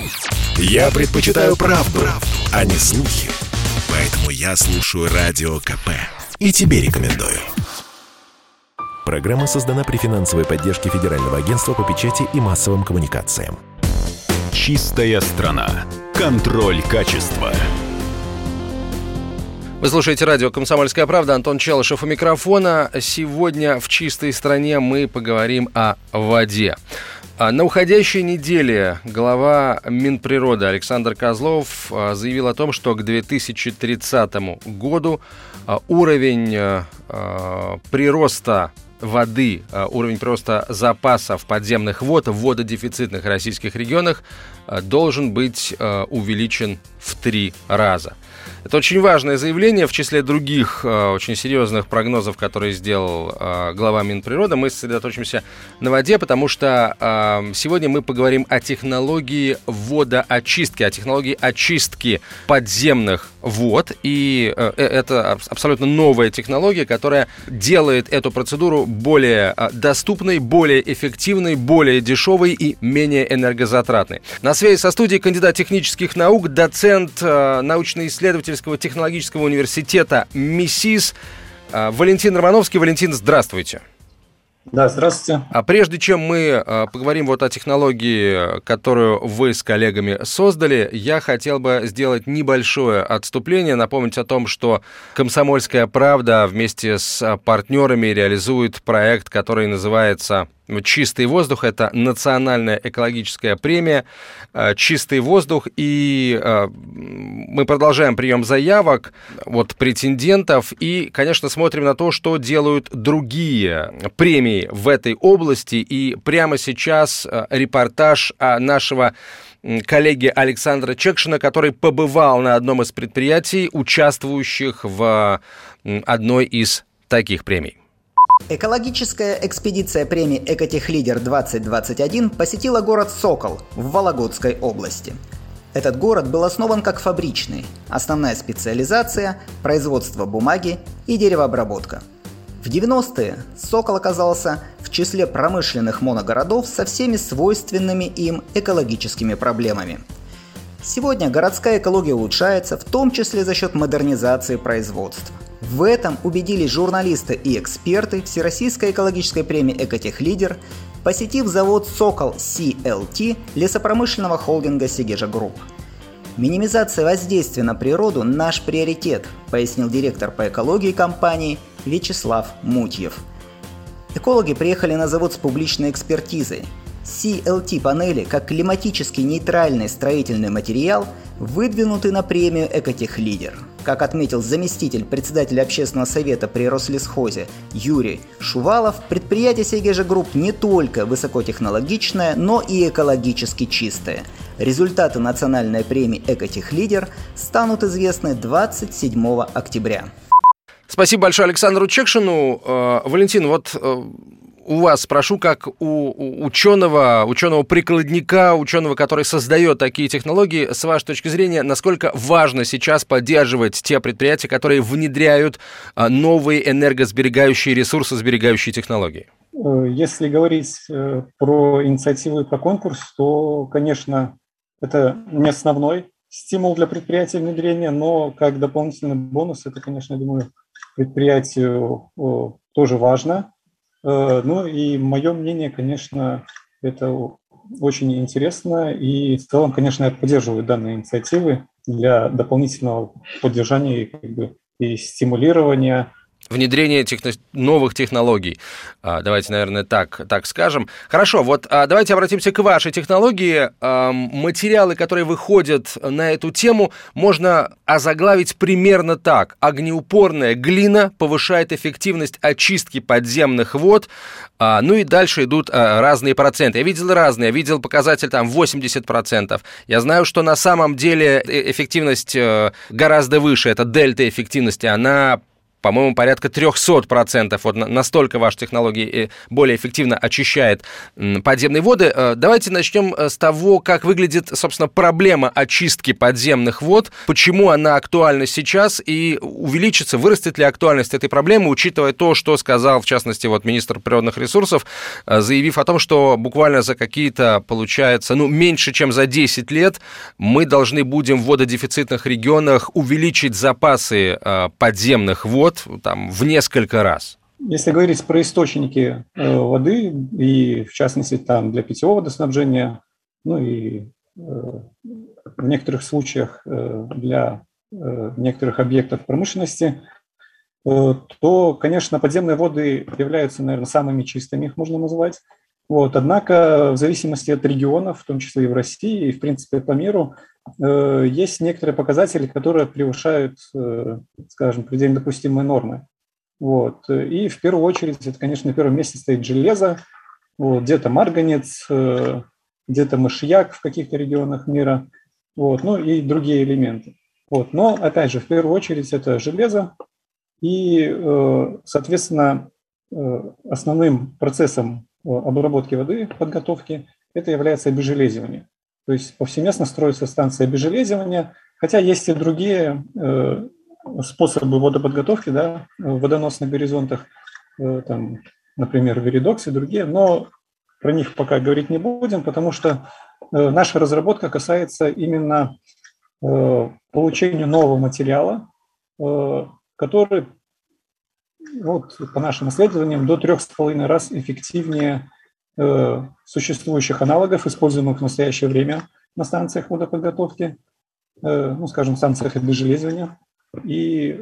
Я предпочитаю правду, а не слухи. Поэтому я слушаю Радио КП. И тебе рекомендую. Программа создана при финансовой поддержке Федерального агентства по печати и массовым коммуникациям. Чистая страна. Контроль качества. Вы слушаете радио «Комсомольская правда». Антон Челышев у микрофона. Сегодня в «Чистой стране» мы поговорим о воде. На уходящей неделе глава Минприроды Александр Козлов заявил о том, что к 2030 году уровень прироста воды, уровень прироста запасов подземных вод в вододефицитных российских регионах должен быть увеличен в 3 раза. Это очень важное заявление, в числе других очень серьезных прогнозов, которые сделал глава Минприроды. Мы сосредоточимся на воде, потому что сегодня мы поговорим о технологии водоочистки, о технологии очистки подземных вод. И это абсолютно новая технология, которая делает эту процедуру более доступной, более эффективной, более дешевой и менее энергозатратной. На связи со студией кандидат технических наук, доцент научно-исследовательского технологического университета МИСИС Валентин Романовский. Валентин, здравствуйте. Да, здравствуйте. А прежде чем мы поговорим вот о технологии, которую вы с коллегами создали, я хотел бы сделать небольшое отступление, напомнить о том, что «Комсомольская правда» вместе с партнерами реализует проект, который называется «Чистый воздух». Это национальная экологическая премия «Чистый воздух». И мы продолжаем прием заявок от претендентов и, конечно, смотрим на то, что делают другие премии в этой области. И прямо сейчас репортаж нашего коллеги Александра Чекшина, который побывал на одном из предприятий, участвующих в одной из таких премий. Экологическая экспедиция премии «Экотехлидер-2021» посетила город Сокол в Вологодской области. Этот город был основан как фабричный. Основная специализация – производство бумаги и деревообработка. В 90-е Сокол оказался в числе промышленных моногородов со всеми свойственными им экологическими проблемами. Сегодня городская экология улучшается, в том числе за счет модернизации производства. В этом убедились журналисты и эксперты Всероссийской экологической премии «Экотехлидер», посетив завод «Сокол CLT» лесопромышленного холдинга «Сегежа Групп». «Минимизация воздействия на природу – наш приоритет», пояснил директор по экологии компании Вячеслав Мутьев. Экологи приехали на завод с публичной экспертизой. CLT-панели, как климатически нейтральный строительный материал, выдвинуты на премию «Экотехлидер». Как отметил заместитель председателя общественного совета при Рослесхозе Юрий Шувалов, предприятие «Сегежа Групп» не только высокотехнологичное, но и экологически чистое. Результаты национальной премии «Экотехлидер» станут известны 27 октября. Спасибо большое Александру Чекшину. Валентин, вот у вас спрошу, как у ученого-прикладника, ученого, который создает такие технологии, с вашей точки зрения, насколько важно сейчас поддерживать те предприятия, которые внедряют новые энергосберегающие, ресурсосберегающие технологии? Если говорить про инициативу и про конкурс, то, конечно, это не основной стимул для предприятия внедрения, но как дополнительный бонус, это, конечно, я думаю, предприятию тоже важно. Ну и мое мнение, конечно, это очень интересно. И в целом, конечно, я поддерживаю данные инициативы для дополнительного поддержания и стимулирования внедрение новых технологий. Давайте, наверное, так скажем. Хорошо, вот давайте обратимся к вашей технологии. Материалы, которые выходят на эту тему, можно озаглавить примерно так. Огнеупорная глина повышает эффективность очистки подземных вод. Ну и дальше идут разные проценты. Я видел разные. Я видел показатель там 80%. Я знаю, что на самом деле эффективность гораздо выше. Это дельта эффективности. Она по-моему, порядка 300%. Вот настолько ваша технология более эффективно очищает подземные воды. Давайте начнем с того, как выглядит, собственно, проблема очистки подземных вод, почему она актуальна сейчас и увеличится, вырастет ли актуальность этой проблемы, учитывая то, что сказал, в частности, вот министр природных ресурсов, заявив о том, что буквально за какие-то, получается, меньше, чем за 10 лет мы должны будем в вододефицитных регионах увеличить запасы подземных вод там, в несколько раз. Если говорить про источники воды, и в частности там для питьевого водоснабжения, и в некоторых случаях для некоторых объектов промышленности, то, конечно, подземные воды являются, наверное, самыми чистыми, их можно назвать. Однако в зависимости от регионов, в том числе и в России, и, в принципе, по миру, есть некоторые показатели, которые превышают, скажем, предельно допустимые нормы. И в первую очередь, это, конечно, на первом месте стоит железо, где-то марганец, где-то мышьяк в каких-то регионах мира, и другие элементы. Но, опять же, в первую очередь это железо, и, соответственно, основным процессом обработки воды, подготовки, это является обезжелезивание. То есть повсеместно строятся станции обезжелезивания, хотя есть и другие способы водоподготовки, в водоносных горизонтах, там, например, веридокс и другие, но про них пока говорить не будем, потому что наша разработка касается именно получения нового материала, который, по нашим исследованиям, до 3,5 раз эффективнее существующих аналогов, используемых в настоящее время на станциях водоподготовки, скажем, станциях обезжелезивания, и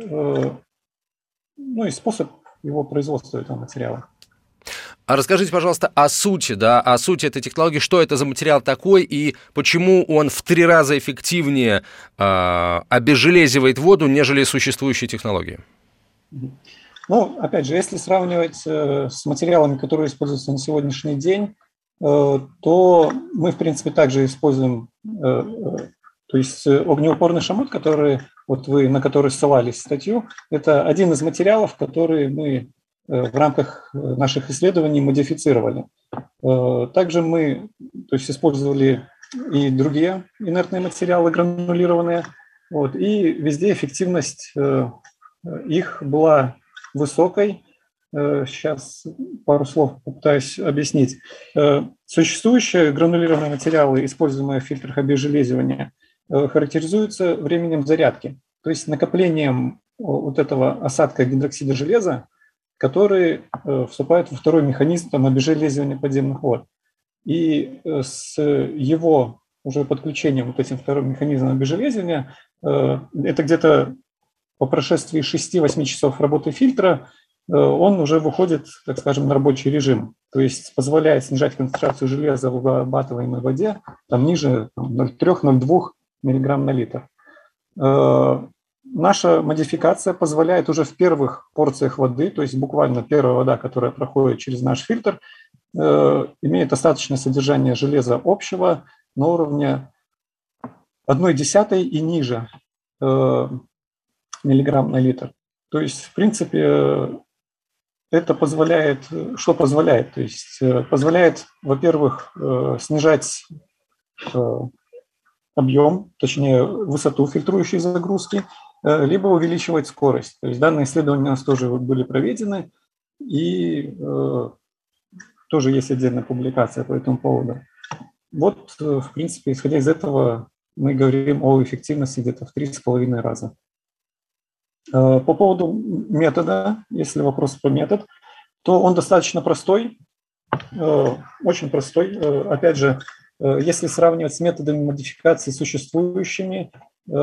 способ его производства этого материала. А расскажите, пожалуйста, о сути этой технологии, что это за материал такой и почему он в 3 раза эффективнее обезжелезивает воду, нежели существующие технологии? Опять же, если сравнивать с материалами, которые используются на сегодняшний день, то мы, в принципе, также используем, то есть огнеупорный шамот, на который ссылались в статью, это один из материалов, который мы в рамках наших исследований модифицировали. Также мы использовали и другие инертные материалы гранулированные, и везде эффективность их была высокой. Сейчас пару слов попытаюсь объяснить. Существующие гранулированные материалы, используемые в фильтрах обезжелезивания, характеризуются временем зарядки, то есть накоплением этого осадка гидроксида железа, который вступает во второй механизм обезжелезивания подземных вод. И с его уже подключением этим вторым механизмом обезжелезивания, это где-то по прошествии 6-8 часов работы фильтра, он уже выходит, так скажем, на рабочий режим, то есть позволяет снижать концентрацию железа в обрабатываемой воде ниже 0,3-0,2 мг на литр. Наша модификация позволяет уже в первых порциях воды, то есть буквально первая вода, которая проходит через наш фильтр, имеет достаточное содержание железа общего на уровне 0,1 и ниже миллиграмм на литр. То есть, в принципе, это позволяет, то есть позволяет, во-первых, снижать объем, точнее высоту фильтрующей загрузки, либо увеличивать скорость. То есть данные исследования у нас тоже были проведены, и тоже есть отдельная публикация по этому поводу. В принципе, исходя из этого, мы говорим о эффективности где-то в 3,5 раза. По поводу метода, если вопрос про метод, то он достаточно простой, очень простой. Опять же, если сравнивать с методами модификации существующими,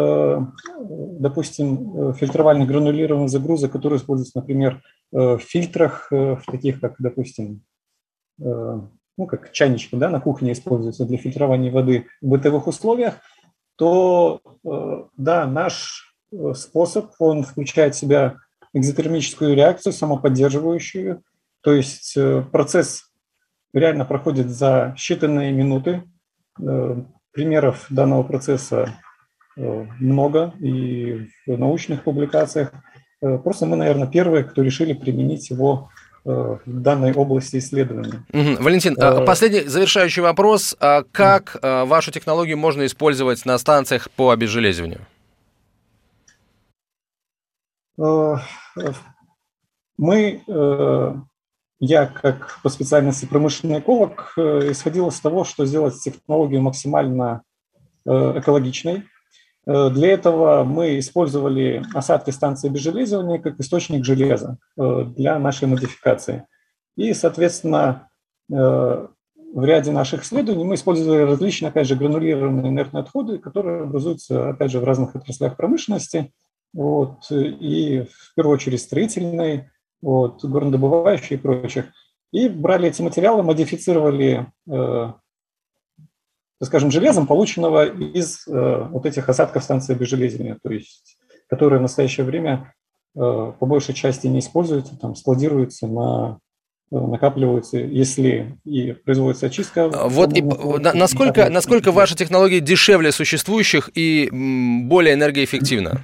допустим, фильтровальных гранулированных загрузок, которые используются, например, в фильтрах, в таких как, допустим, как чайнички, на кухне используются для фильтрования воды в бытовых условиях, то наш способ, он включает в себя экзотермическую реакцию, самоподдерживающую, то есть процесс реально проходит за считанные минуты. Примеров данного процесса много и в научных публикациях. Просто мы, наверное, первые, кто решили применить его в данной области исследований. Валентин, последний завершающий вопрос. Как вашу технологию можно использовать на станциях по обезжелезиванию? Я, как по специальности промышленный эколог, исходил из того, что сделать технологию максимально экологичной. Для этого мы использовали осадки станции обезжелезивания как источник железа для нашей модификации. И, соответственно, в ряде наших исследований мы использовали различные, опять же, гранулированные инертные отходы, которые образуются, опять же, в разных отраслях промышленности, и в первую очередь строительной, горнодобывающей и прочих. И брали эти материалы, модифицировали, скажем, железом, полученного из этих осадков станции обезжелезивания, то есть, которые в настоящее время по большей части не используются, там складируются, накапливаются, если и производится очистка. Насколько ваша технология дешевле существующих и более энергоэффективна?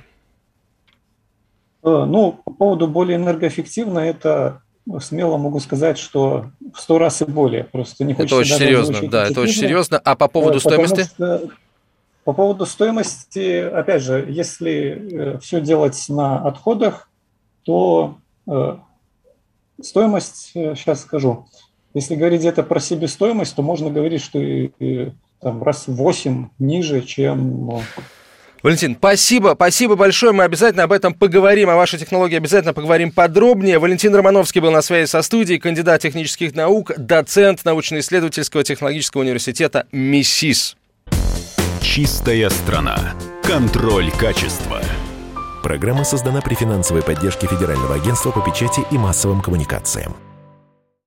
По поводу более энергоэффективно, это смело могу сказать, что в 100 раз и более. Просто не хочется. Это очень серьезно, да, это очень серьезно. А по поводу стоимости? По поводу стоимости, опять же, если все делать на отходах, то стоимость, сейчас скажу, если говорить где-то про себестоимость, то можно говорить, что там раз в 8 ниже, чем... Валентин, спасибо большое, мы обязательно об этом поговорим, о вашей технологии обязательно поговорим подробнее. Валентин Романовский был на связи со студией, кандидат технических наук, доцент научно-исследовательского технологического университета МИСИС. Чистая страна. Контроль качества. Программа создана при финансовой поддержке Федерального агентства по печати и массовым коммуникациям.